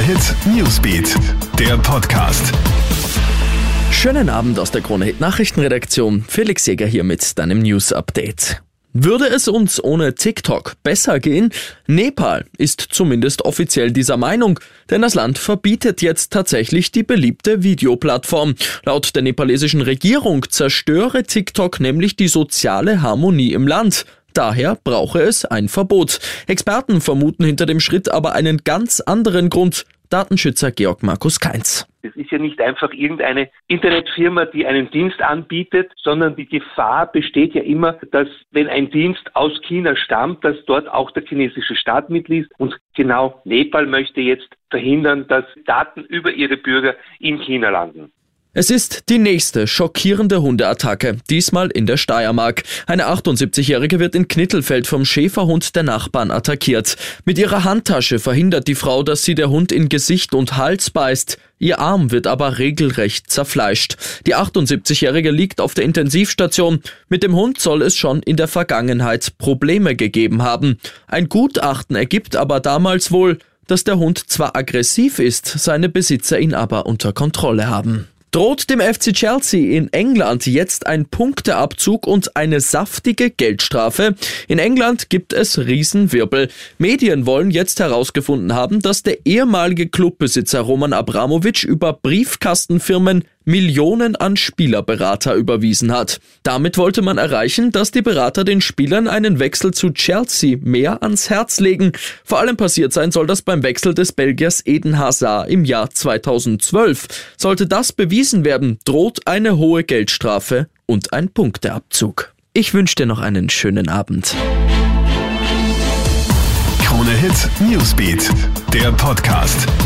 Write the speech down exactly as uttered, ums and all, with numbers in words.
Krone-Hit Newsbeat, der Podcast. Schönen Abend aus der Krone-Hit Nachrichtenredaktion. Felix Jäger hier mit deinem News-Update. Würde es uns ohne TikTok besser gehen? Nepal ist zumindest offiziell dieser Meinung, denn das Land verbietet jetzt tatsächlich die beliebte Videoplattform. Laut der nepalesischen Regierung zerstöre TikTok nämlich die soziale Harmonie im Land. Daher brauche es ein Verbot. Experten vermuten hinter dem Schritt aber einen ganz anderen Grund. Datenschützer Georg Markus Kainz. Es ist ja nicht einfach irgendeine Internetfirma, die einen Dienst anbietet, sondern die Gefahr besteht ja immer, dass wenn ein Dienst aus China stammt, dass dort auch der chinesische Staat mitliest. Und genau Nepal möchte jetzt verhindern, dass Daten über ihre Bürger in China landen. Es ist die nächste schockierende Hundeattacke, diesmal in der Steiermark. Eine achtundsiebzigjährige wird in Knittelfeld vom Schäferhund der Nachbarn attackiert. Mit ihrer Handtasche verhindert die Frau, dass sie der Hund in Gesicht und Hals beißt. Ihr Arm wird aber regelrecht zerfleischt. Die achtundsiebzigjährige liegt auf der Intensivstation. Mit dem Hund soll es schon in der Vergangenheit Probleme gegeben haben. Ein Gutachten ergibt aber damals wohl, dass der Hund zwar aggressiv ist, seine Besitzer ihn aber unter Kontrolle haben. Droht dem F C Chelsea in England jetzt ein Punkteabzug und eine saftige Geldstrafe? In England gibt es Riesenwirbel. Medien wollen jetzt herausgefunden haben, dass der ehemalige Clubbesitzer Roman Abramovich über Briefkastenfirmen Millionen an Spielerberater überwiesen hat. Damit wollte man erreichen, dass die Berater den Spielern einen Wechsel zu Chelsea mehr ans Herz legen. Vor allem passiert sein soll das beim Wechsel des Belgiers Eden Hazard im Jahr zweitausendzwölf. Sollte das bewiesen werden, droht eine hohe Geldstrafe und ein Punkteabzug. Ich wünsche dir noch einen schönen Abend. Krone-Hit Newsbeat, der Podcast.